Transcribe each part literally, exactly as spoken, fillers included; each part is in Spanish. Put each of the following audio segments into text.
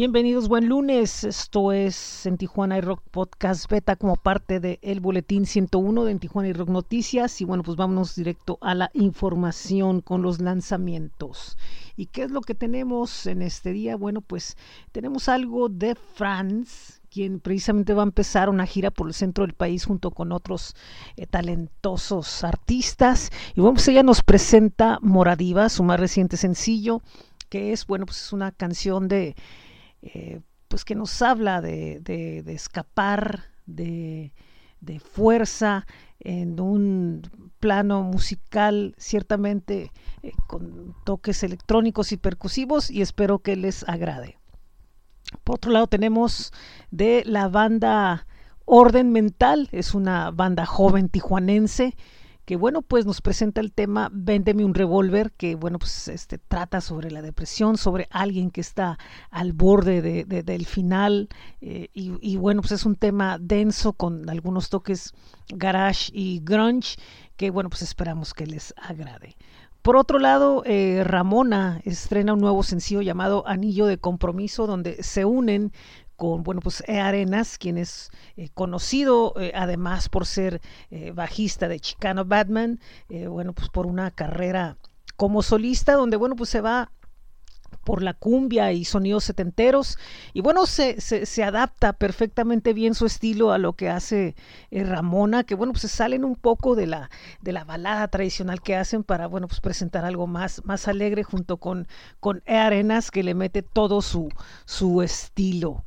Bienvenidos, buen lunes. Esto es en Tijuana iRock Podcast Beta como parte del boletín ciento uno de en Tijuana iRock Noticias. Y bueno, pues vámonos directo a la información con los lanzamientos. ¿Y qué es lo que tenemos en este día? Bueno, pues tenemos algo de Franz, quien precisamente va a empezar una gira por el centro del país junto con otros eh, talentosos artistas. Y bueno, pues ella nos presenta Moradiva, su más reciente sencillo, que es, bueno, pues es una canción de... Eh, pues que nos habla de, de, de escapar, de, de fuerza en un plano musical ciertamente eh, con toques electrónicos y percusivos, y espero que les agrade. Por otro lado tenemos de la banda Orden Mental, es una banda joven tijuanense que bueno, pues nos presenta el tema Véndeme un revólver, que bueno, pues este trata sobre la depresión, sobre alguien que está al borde de, de, del final, eh, y, y bueno, pues es un tema denso con algunos toques garage y grunge, que bueno, pues esperamos que les agrade. Por otro lado, eh, Ramona estrena un nuevo sencillo llamado Anillo de Compromiso, donde se unen con, bueno, pues E. Arenas, quien es eh, conocido eh, además por ser eh, bajista de Chicano Batman, eh, bueno, pues por una carrera como solista, donde, bueno, pues se va por la cumbia y sonidos setenteros, y bueno, se, se, se adapta perfectamente bien su estilo a lo que hace eh, Ramona, que bueno, pues se salen un poco de la, de la balada tradicional que hacen para, bueno, pues presentar algo más, más alegre junto con, con E. Arenas, que le mete todo su, su estilo.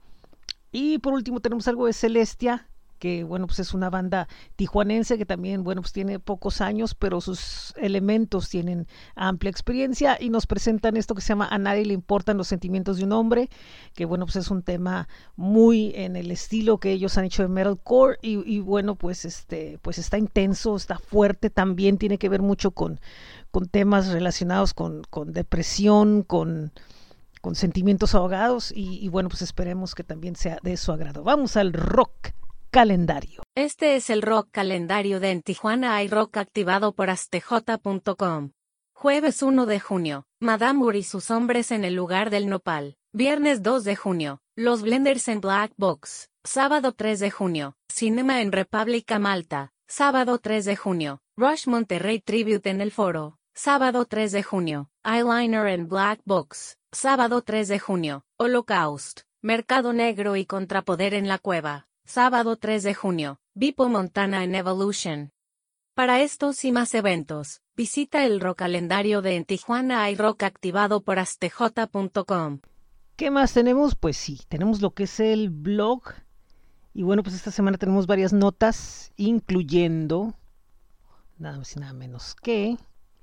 Y por último tenemos algo de Celestia, que bueno, pues es una banda tijuanense que también, bueno, pues tiene pocos años, pero sus elementos tienen amplia experiencia, y nos presentan esto que se llama A nadie le importan los sentimientos de un hombre, que bueno, pues es un tema muy en el estilo que ellos han hecho de metalcore, y, y bueno, pues este, pues está intenso, está fuerte, también tiene que ver mucho con, con temas relacionados con, con depresión, con con sentimientos ahogados, y, y bueno, pues esperemos que también sea de su agrado. Vamos al rock calendario. Este es el rock calendario de En Tijuana iRock activado por astj punto com. Jueves uno de junio, Madame Ur y sus hombres en el lugar del nopal. Viernes dos de junio, Los Blenders en Black Box. Sábado tres de junio, Cinema en República Malta. Sábado tres de junio, Rush Monterrey Tribute en el Foro. Sábado tres de junio, Eyeliner en Black Box. Sábado tres de junio, Holocaust, Mercado Negro y Contrapoder en la Cueva. Sábado tres de junio, Vipo Montana en Evolution. Para estos y más eventos, visita el rock calendario de En Tijuana iRock activado por astj punto com. ¿Qué más tenemos? Pues sí, tenemos lo que es el blog. Y bueno, pues esta semana tenemos varias notas, incluyendo nada más y nada menos que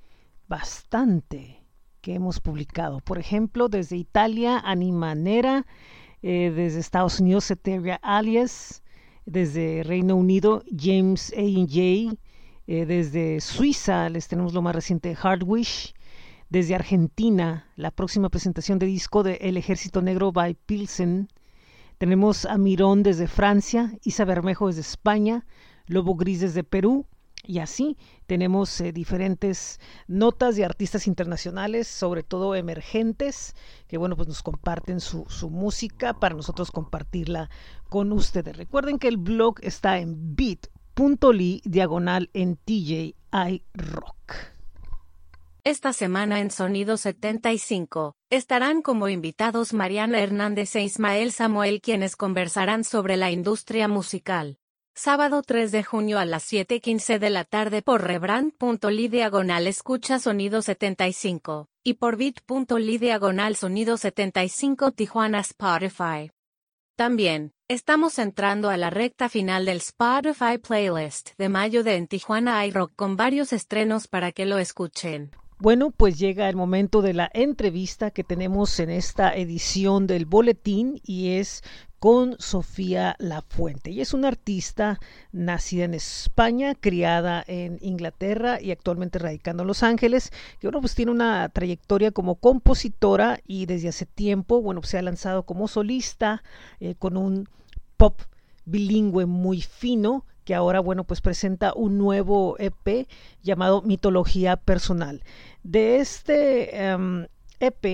bastante que hemos publicado. Por ejemplo, desde Italia, Animanera, eh, desde Estados Unidos, Eteria Alias, desde Reino Unido, James A and J, eh, desde Suiza les tenemos lo más reciente de Hardwish, desde Argentina, la próxima presentación de disco de El Ejército Negro by Pilsen, tenemos a Mirón desde Francia, Isa Bermejo desde España, Lobo Gris desde Perú, y así tenemos eh, diferentes notas de artistas internacionales, sobre todo emergentes, que bueno, pues nos comparten su, su música para nosotros compartirla con ustedes. Recuerden que el blog está en bit.ly diagonal en T J iRock. Esta semana en Sonido setenta y cinco, estarán como invitados Mariana Hernández e Ismael Samuel, quienes conversarán sobre la industria musical. Sábado tres de junio a las siete quince de la tarde por rebrand.ly diagonal escucha Sonido setenta y cinco, y por bit.ly diagonal Sonido setenta y cinco Tijuana Spotify. También, estamos entrando a la recta final del Spotify Playlist de mayo de En Tijuana iRock con varios estrenos para que lo escuchen. Bueno, pues llega el momento de la entrevista que tenemos en esta edición del boletín, y es con Sofía Lafuente. Ella es una artista nacida en España, criada en Inglaterra y actualmente radicando en Los Ángeles, que bueno, pues tiene una trayectoria como compositora, y desde hace tiempo, bueno, pues se ha lanzado como solista eh, con un pop bilingüe muy fino, que ahora, bueno, pues presenta un nuevo E P llamado Mitología Personal. De este um, E P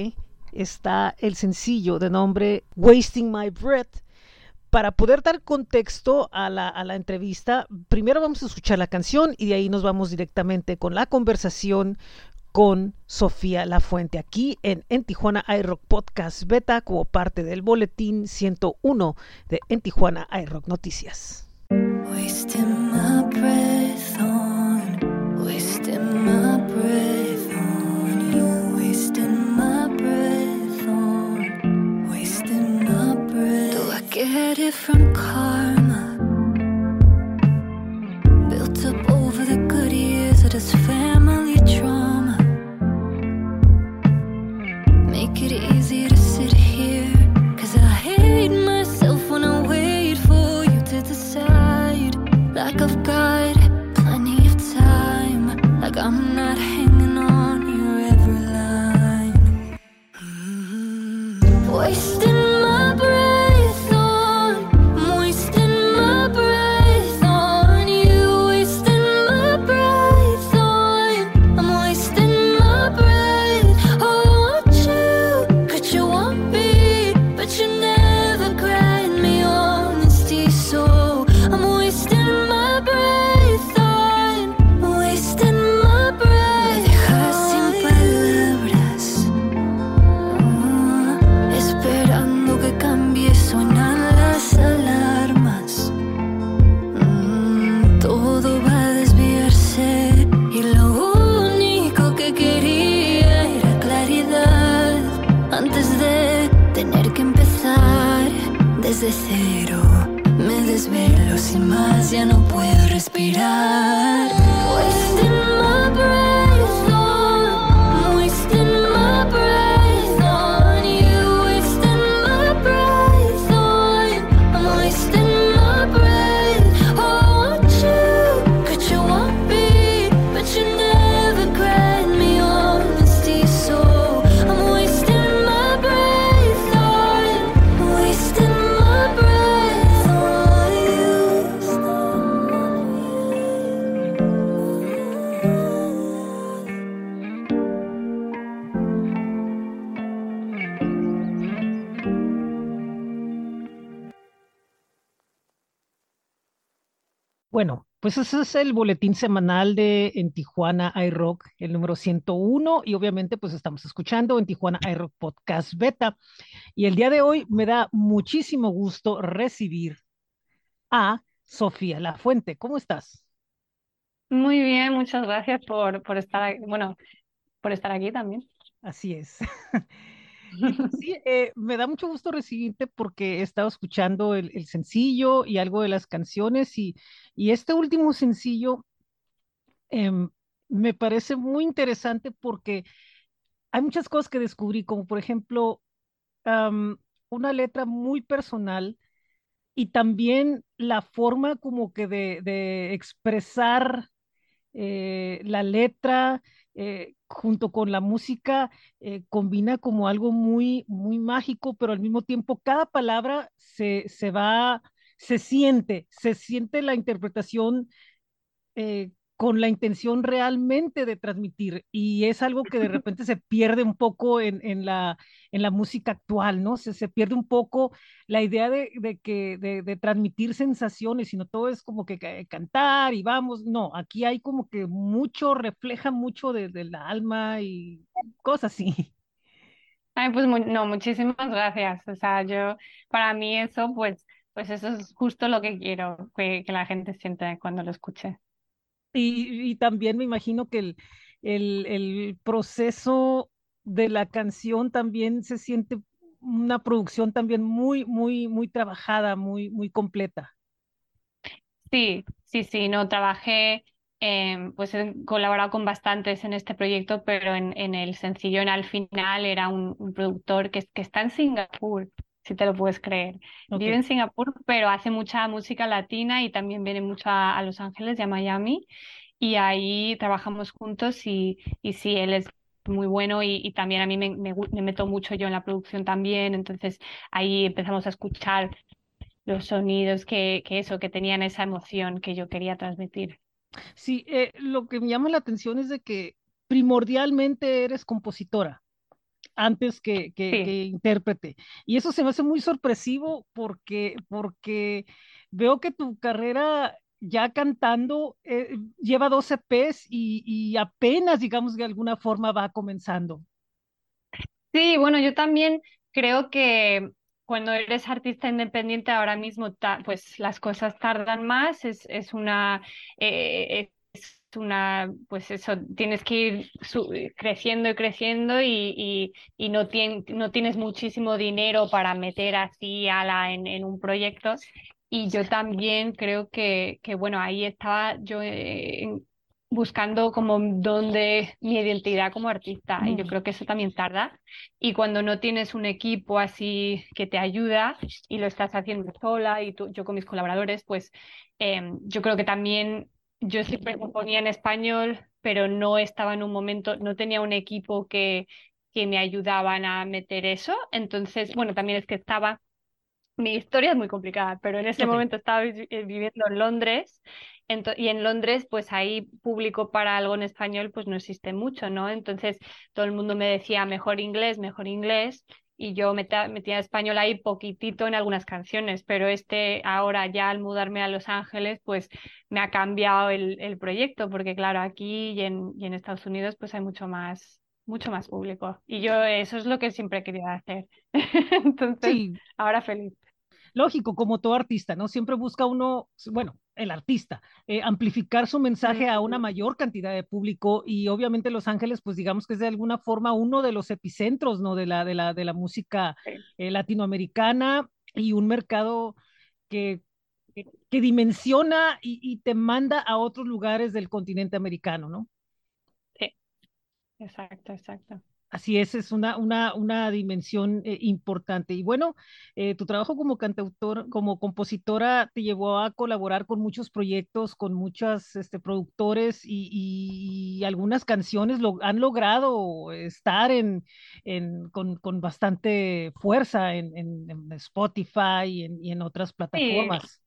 está el sencillo de nombre Wasting My Breath. Para poder dar contexto a la, a la entrevista, primero vamos a escuchar la canción y de ahí nos vamos directamente con la conversación con Sofía Lafuente aquí en, en Tijuana iRock Podcast Beta como parte del boletín ciento uno de En Tijuana iRock Noticias. Wasting my breath on, wasting my breath on you, wasting my breath on, wasting my breath. Do I get it from karma? Built up over the good years of this family trauma. Make it easier to sit here, cause I hate myself when I wait for you to decide. Like I've got plenty of time, like I'm not hanging on your every line. Mm-hmm. Wasting my breath on, I'm wasting my breath on you, wasting my breath on, I'm wasting my breath. Oh, I want you, but you want me, but you never grant me honesty, so I'm wasting my breath on, wasting my breath. Me dejas sin palabras, ah, esperando que cambie, suenan las alarmas. Mm, todo va a desviarse y lo único que quería era claridad antes de tener que empezar desde cero. Me desvelo sin más, ya no puedo respirar. Wasting my breath on, wasting my breath on you, wasting my breath on, I'm wasting my breath. Oh, I want you, could you want me, but you never grant me honesty, so I'm wasting my breath on, wasting my breath on you. Bueno, pues ese es el boletín semanal de En Tijuana iRock, el número ciento uno, y obviamente pues estamos escuchando En Tijuana iRock Podcast Beta. Y el día de hoy me da muchísimo gusto recibir a Sofía Lafuente. ¿Cómo estás? Muy bien, muchas gracias por, por estar aquí, bueno, por estar aquí también. Así es. Y pues sí, eh, me da mucho gusto recibirte porque he estado escuchando el, el sencillo y algo de las canciones y, y este último sencillo em, me parece muy interesante porque hay muchas cosas que descubrí, como por ejemplo am, una letra muy personal y también la forma como que de, de expresar eh, la letra eh, junto con la música eh, combina como algo muy, muy mágico, pero al mismo tiempo cada palabra se, se va, se siente, se siente la interpretación eh, con la intención realmente de transmitir y es algo que de repente se pierde un poco en, en la, en la música actual, ¿no? Se, se pierde un poco la idea de, de que, de, de transmitir sensaciones, sino todo es como que ca- cantar y vamos, no, aquí hay como que mucho, refleja mucho de, del alma y cosas así. Ay, pues mu- no, muchísimas gracias. O sea, yo, para mí eso, pues, pues eso es justo lo que quiero, que, que la gente siente cuando lo escuche. Y, y también me imagino que el, el, el proceso de la canción también se siente una producción también muy, muy, muy trabajada, muy, muy completa. Sí, sí, sí, no, trabajé, em, pues he colaborado con bastantes en este proyecto, pero en, en el sencillo en al final era un, un productor que, que está en Singapur, si te lo puedes creer. Ok. Vive en Singapur, pero hace mucha música latina y también viene mucho a, a Los Ángeles y a Miami. Y ahí trabajamos juntos y, y sí, él es muy bueno y, y también a mí me, me gu- me meto mucho yo en la producción también, entonces ahí empezamos a escuchar los sonidos que, que eso, que tenían esa emoción que yo quería transmitir. Sí, eh, lo que me llama la atención es de que primordialmente eres compositora. antes que, que, Sí. que intérprete. Y eso se me hace muy sorpresivo porque, porque veo que tu carrera ya cantando eh, lleva doce E Pes y, y apenas, digamos, de alguna forma va comenzando. Sí, bueno, yo también creo que cuando eres artista independiente ahora mismo, ta- pues las cosas tardan más, es, es una, eh, es una, pues eso, tienes que ir su- creciendo y creciendo y, y, y no, tien- no tienes muchísimo dinero para meter así a la, en, en un proyecto. Y yo también creo que, que bueno, ahí estaba yo eh, buscando como dónde mi identidad como artista y yo Mm. creo que eso también tarda y cuando no tienes un equipo así que te ayuda y lo estás haciendo sola y tú, yo con mis colaboradores, pues eh, yo creo que también yo siempre componía en español, pero no estaba en un momento, no tenía un equipo que, que me ayudaban a meter eso. Entonces, bueno, también es que estaba mi historia es muy complicada, pero en ese Ok. momento estaba vi- eh, viviendo en Londres ento- y en Londres pues ahí público para algo en español pues no existe mucho, ¿no? Entonces todo el mundo me decía mejor inglés, mejor inglés y yo meta- metía español ahí poquitito en algunas canciones, pero este ahora ya al mudarme a Los Ángeles pues me ha cambiado el, el proyecto porque claro, aquí y en, y en Estados Unidos pues hay mucho más, mucho más público y yo eso es lo que siempre he querido hacer. Entonces, Sí, ahora feliz. lógico, como todo artista, ¿no? Siempre busca uno, bueno, el artista, eh, amplificar su mensaje a una Mm, mayor cantidad de público y obviamente Los Ángeles, pues digamos que es de alguna forma uno de los epicentros, ¿no? De la, de la, de la música sí, eh, latinoamericana y un mercado que, que dimensiona y, y te manda a otros lugares del continente americano, ¿no? sí, exacto, exacto. Así es, es una, una, una dimensión eh, importante. Y bueno, eh, tu trabajo como cantautor, como compositora, te llevó a colaborar con muchos proyectos, con muchos este, productores y, y- y algunas canciones lo, han logrado estar en, en- con, con bastante fuerza en, en- en Spotify y en, y en otras Sí, plataformas.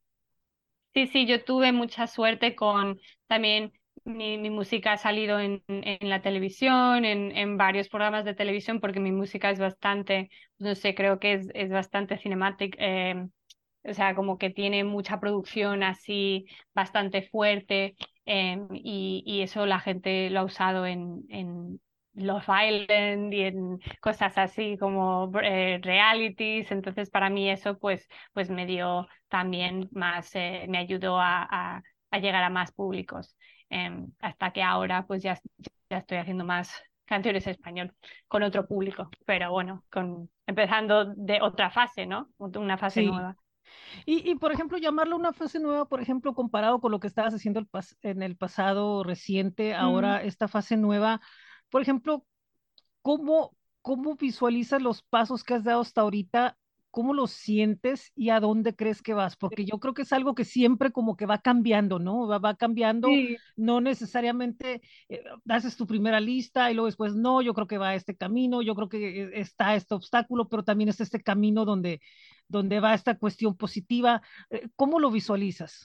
sí, sí, yo tuve mucha suerte con también mi, mi música ha salido en, en la televisión, en, en varios programas de televisión, porque mi música es bastante, no sé, creo que es, es bastante cinematic, eh, o sea, como que tiene mucha producción así bastante fuerte eh, y, y eso la gente lo ha usado en, en Love Island y en cosas así como eh, realities, entonces para mí eso pues, pues me dio también más, eh, me ayudó a, a, a llegar a más públicos, em, hasta que ahora pues ya, ya estoy haciendo más canciones en español con otro público, pero bueno, con, empezando de otra fase, ¿no? Una fase Sí. nueva. Y, y, por ejemplo, llamarlo una fase nueva, por ejemplo, comparado con lo que estabas haciendo el pas- en el pasado reciente, Mm. ahora esta fase nueva, por ejemplo, ¿cómo, cómo visualizas los pasos que has dado hasta ahorita? ¿Cómo los sientes y a dónde crees que vas? Porque yo creo que es algo que siempre como que va cambiando, ¿no? Va, va cambiando, Sí, no necesariamente eh, haces tu primera lista y luego después, no, yo creo que va a este camino, yo creo que eh, está este obstáculo, pero también está este camino donde, donde va esta cuestión positiva. Eh, ¿Cómo lo visualizas?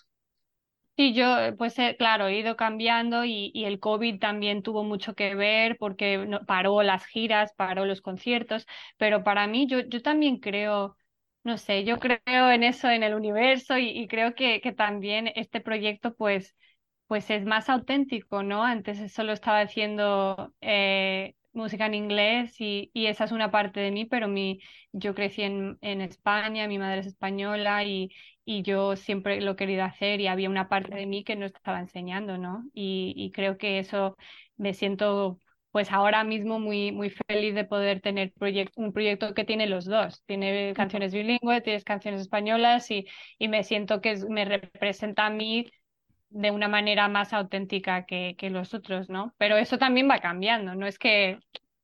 sí, yo, eh, pues eh, claro, he ido cambiando y, y el COVID también tuvo mucho que ver porque no- paró las giras, paró los conciertos, pero para mí yo, yo también creo, no sé, yo creo en eso, en el universo y, y creo que, que también este proyecto pues, pues es más auténtico, ¿no? Antes solo estaba haciendo eh, música en inglés y, y esa es una parte de mí, pero mi, yo crecí en, en España, mi madre es española y y yo siempre lo he querido hacer y había una parte de mí que no estaba enseñando, ¿no? Y, y creo que eso me siento pues ahora mismo muy, muy feliz de poder tener proyec- un proyecto que tiene los dos. Tiene Ujú. canciones bilingües, tiene canciones españolas y, y me siento que es- me representa a mí de una manera más auténtica que, que los otros, ¿no? Pero eso también va cambiando, no es que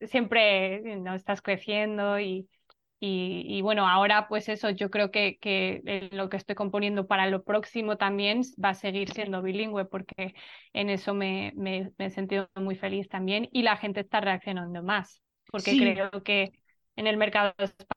siempre no estás creciendo y, y, y bueno, ahora pues eso, yo creo que, que eh, lo que estoy componiendo para lo próximo también va a seguir siendo bilingüe porque en eso me, me, me he sentido muy feliz también y la gente está reaccionando más porque Sí, creo que en el mercado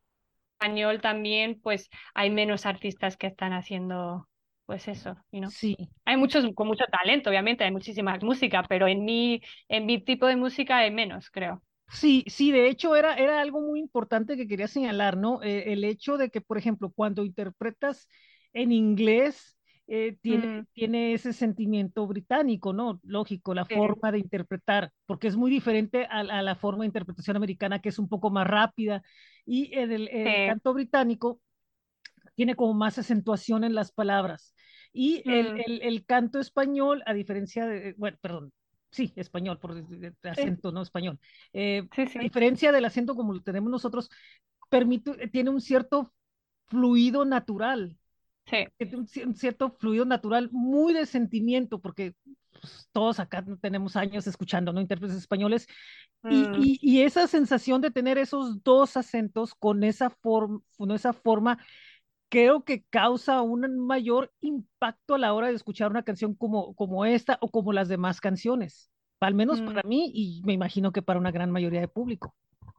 español también pues hay menos artistas que están haciendo pues eso, you know. sí. Hay muchos con mucho talento, obviamente, hay muchísima música, pero en mi, en mi tipo de música hay menos, creo. Sí, sí, de hecho era, era algo muy importante que quería señalar, ¿no? Eh, el hecho de que, por ejemplo, cuando interpretas en inglés, eh, tiene, Mm, tiene ese sentimiento británico, ¿no? Lógico, la sí, forma de interpretar, porque es muy diferente a, a la forma de interpretación americana, que es un poco más rápida, y en el, el sí, canto británico tiene como más acentuación en las palabras. Y el, mm, el, el canto español, a diferencia de, bueno, perdón, sí, español, por de- de sí, acento, no español. Eh, sí, a sí, diferencia del acento como lo tenemos nosotros, permite, tiene un cierto fluido natural, sí, tiene un, un cierto fluido natural muy de sentimiento, porque pues, todos acá no tenemos años escuchando, ¿no? Intérpretes españoles, y, mm, y, y esa sensación de tener esos dos acentos con esa, forma con esa forma creo que causa un mayor impacto a la hora de escuchar una canción como, como esta o como las demás canciones, al menos mm. para mí y me imagino que para una gran mayoría de público.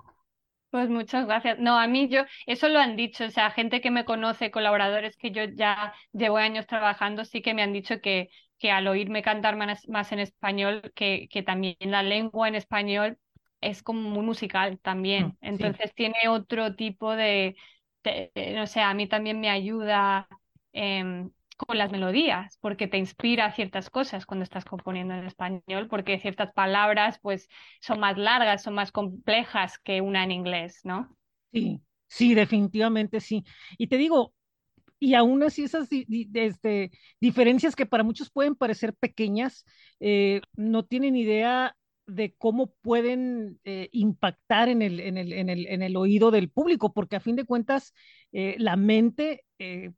Pues muchas gracias. No, a mí yo, eso lo han dicho, o sea, gente que me conoce, colaboradores que yo ya llevo años trabajando, sí que me han dicho que, que al oírme cantar más, más en español, que, que también la lengua en español es como muy musical Mm, también. sí, Entonces tiene otro tipo de, de- de- no sé, a mí también me ayuda em, con las melodías, porque te inspira ciertas cosas cuando estás componiendo en español, porque ciertas palabras, pues son más largas, son más complejas que una en inglés, ¿no? sí, sí, definitivamente sí. Y te digo, y aún así esas di- di- este, diferencias que para muchos pueden parecer pequeñas, eh, no tienen idea de cómo pueden eh, impactar en el, en el, en el, en el oído del público, porque a fin de cuentas, eh, la mente eh,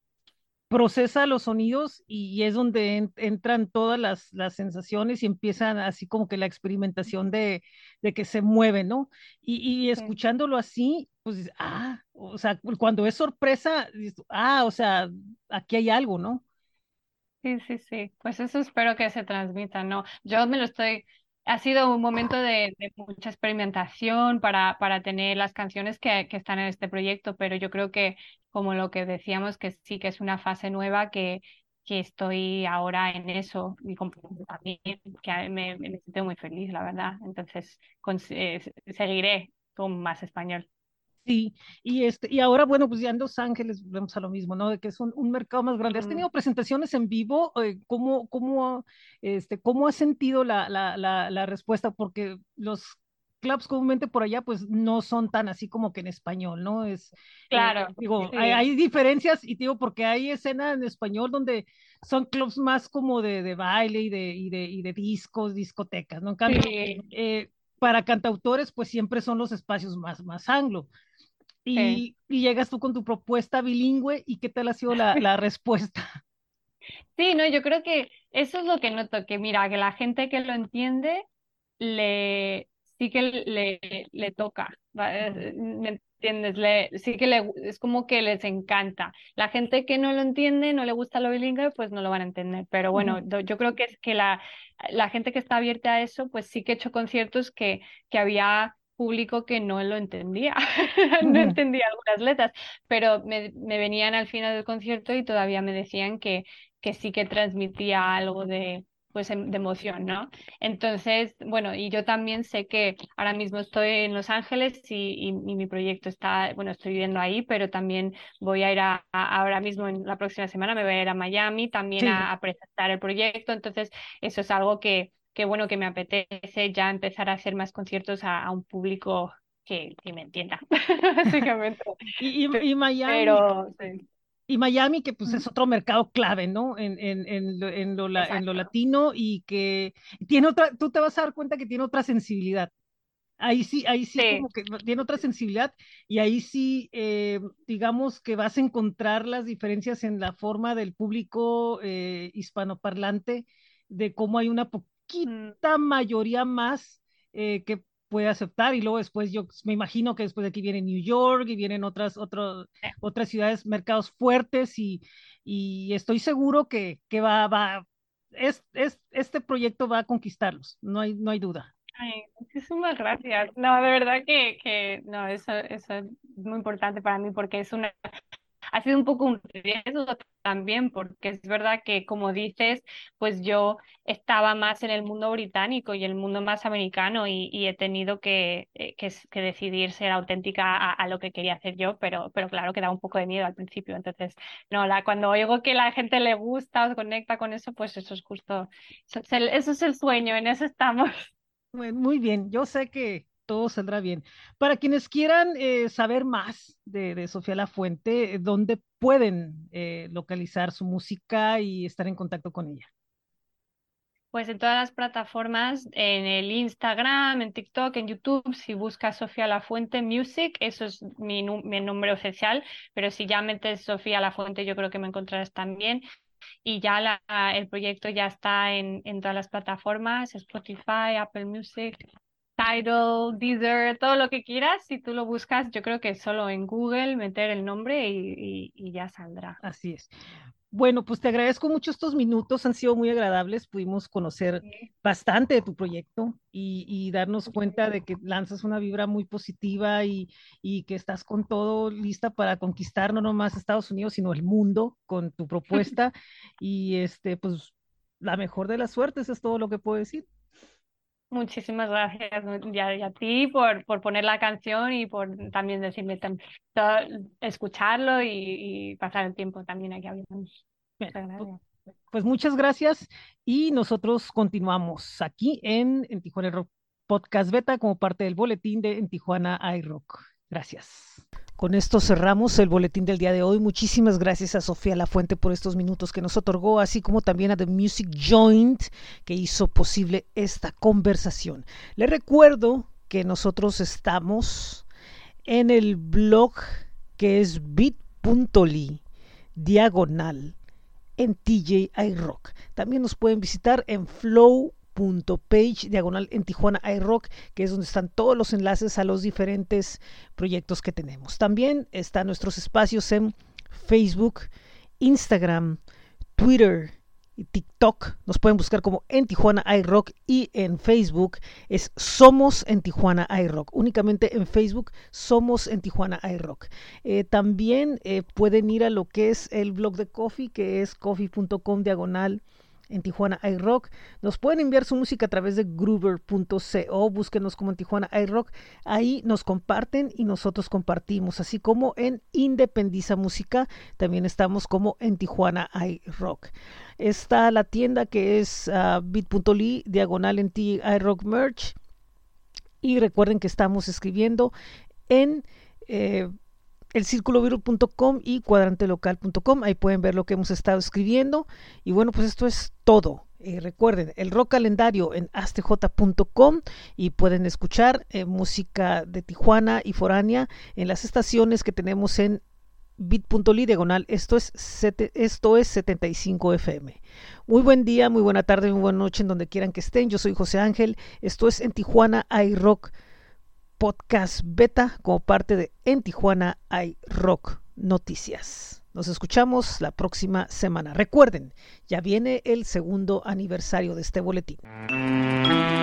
procesa los sonidos y es donde en- entran todas las, las sensaciones y empiezan así como que la experimentación de, de que se mueve, ¿no? Y, y Sí, escuchándolo así, pues, dices, ah, o sea, cuando es sorpresa, dices, ah, o sea, aquí hay algo, ¿no? sí, sí, sí. Pues eso espero que se transmita, ¿no? Yo me lo estoy, ha sido un momento de, de mucha experimentación para, para tener las canciones que, que están en este proyecto, pero yo creo que, como lo que decíamos, que sí que es una fase nueva que, que estoy ahora en eso y con- también que me, me siento muy feliz, la verdad. Entonces, con- eh, seguiré con más español. Sí, y este, y ahora, bueno, pues ya en Los Ángeles vemos a lo mismo, ¿no? De que es un, un mercado más grande. ¿Has Mm. tenido presentaciones en vivo? Eh, ¿cómo, cómo, este, cómo has sentido la, la, la, la respuesta? Porque los clubs comúnmente por allá, pues no son tan así como que en español, ¿no? Es, eh, Claro, digo, hay, sí, hay diferencias, y te digo, porque hay escena en español donde son clubs más como de, de baile y de, y de, y de discos, discotecas, ¿no? En cambio, sí, eh, para cantautores, pues siempre son los espacios más, más anglo sí. y, y llegas tú con tu propuesta bilingüe y qué tal ha sido la, la respuesta. Sí, no, yo creo que eso es lo que noto, que mira, que la gente que lo entiende le sí que le, le toca, ¿va? Mm, Eh, ¿me entiendes? Le, sí que le, es como que les encanta. La gente que no lo entiende, no le gusta lo bilingüe, pues no lo van a entender. Pero bueno, ujú, do- yo creo que es que la, la gente que está abierta a eso, pues sí que he hecho conciertos que, que había público que no lo entendía, no ujú. entendía algunas letras, pero me, me venían al final del concierto y todavía me decían que que sí que transmitía algo de, pues, em- de emoción, ¿no? Entonces, bueno, y yo también sé que ahora mismo estoy en Los Ángeles y, y- y mi proyecto está, bueno, estoy viviendo ahí, pero también voy a ir a, a- ahora mismo en la próxima semana, me voy a ir a Miami también Sí, a, a presentar el proyecto, entonces eso es algo que, que, bueno, que me apetece ya empezar a hacer más conciertos a, a un público que, que me entienda, básicamente. y, y, y Miami, Pero, sí. y Miami, que pues Ujú. es otro mercado clave, ¿no? En, en, en, lo, en, lo, la- en lo Exacto. latino y que tiene otra, tú te vas a dar cuenta que tiene otra sensibilidad. Ahí sí, ahí sí Sí. como que tiene otra sensibilidad y ahí sí, eh, digamos que vas a encontrar las diferencias en la forma del público eh, hispanoparlante, de cómo hay una Mm. poquita mayoría más eh, que puede aceptar y luego después yo me imagino que después de aquí viene New York y vienen otras, otros, otras ciudades, mercados fuertes y, y estoy seguro que, que va, va, es, es, este proyecto va a conquistarlos, no hay, no hay duda. Ay, muchísimas gracias. No, de verdad que, que no, eso, eso es muy importante para mí porque es una, ha sido un poco un riesgo también, porque es verdad que, como dices, pues yo estaba más en el mundo británico y el mundo más americano y, y he tenido que, eh, que, que decidir ser auténtica a, a lo que quería hacer yo, pero, pero claro que da un poco de miedo al principio. Entonces, no, la, cuando oigo que la gente le gusta o conecta con eso, pues eso es justo, eso es el, eso es el sueño, en eso estamos. Bueno, muy bien, yo sé que todo saldrá bien. Para quienes quieran eh, saber más de, de Sofía Lafuente, eh, ¿dónde pueden eh, localizar su música y estar en contacto con ella? Pues en todas las plataformas, en el Instagram, en TikTok, en YouTube, si buscas Sofía Lafuente Music, eso es mi, nu- mi nombre oficial, pero si ya metes Sofía Lafuente, yo creo que me encontrarás también. Y ya la- el proyecto ya está en, en todas las plataformas, Spotify, Apple Music, Tidal, Deezer, todo lo que quieras. Si tú lo buscas, yo creo que solo en Google meter el nombre y, y y ya saldrá. Así es. Bueno, pues te agradezco mucho estos minutos, han sido muy agradables, pudimos conocer Sí, bastante de tu proyecto y, y darnos cuenta perfecto. de que lanzas una vibra muy positiva y, y que estás con todo lista para conquistar no nomás Estados Unidos, sino el mundo con tu propuesta y este, pues la mejor de las suertes es todo lo que puedo decir. Muchísimas gracias y a, y a ti por, por poner la canción y por también decirme tam- to- escucharlo y, y pasar el tiempo también aquí hablando. Bueno, Muchas pu- gracias. pues muchas gracias y nosotros continuamos aquí en, en Tijuana Rock Podcast Beta como parte del boletín de En Tijuana iRock. Gracias. Con esto cerramos el boletín del día de hoy. Muchísimas gracias a Sofía Lafuente por estos minutos que nos otorgó, así como también a The Music Joint que hizo posible esta conversación. Les recuerdo que nosotros estamos en el blog que es bit.ly diagonal en T J iRock. También nos pueden visitar en flow.page diagonal en Tijuana iRock, que es donde están todos los enlaces a los diferentes proyectos que tenemos. También están nuestros espacios en Facebook, Instagram, Twitter y TikTok. Nos pueden buscar como en Tijuana iRock y en Facebook es Somos en Tijuana iRock. Únicamente en Facebook Somos en Tijuana iRock. Eh, también eh, pueden ir a lo que es el blog de Coffee, que es coffee.com diagonal en Tijuana iRock. Nos pueden enviar su música a través de groover punto co, búsquenos como en Tijuana iRock, ahí nos comparten y nosotros compartimos, así como en Independiza Música, también estamos como en Tijuana iRock. Está la tienda que es uh, bit.ly diagonal en T iRock Merch y recuerden que estamos escribiendo en eh, el círculo virus punto com y cuadrantelocal punto com. Ahí pueden ver lo que hemos estado escribiendo. Y bueno, pues esto es todo. Eh, recuerden, el rock calendario en astj punto com y pueden escuchar eh, música de Tijuana y foránea en las estaciones que tenemos en bit.ly diagonal. Esto es, sete, esto es setenta y cinco F M. Muy buen día, muy buena tarde, muy buena noche en donde quieran que estén. Yo soy José Ángel. Esto es en Tijuana iRock Podcast Beta como parte de En Tijuana iRock Noticias. Nos escuchamos la próxima semana. Recuerden, ya viene el segundo aniversario de este boletín.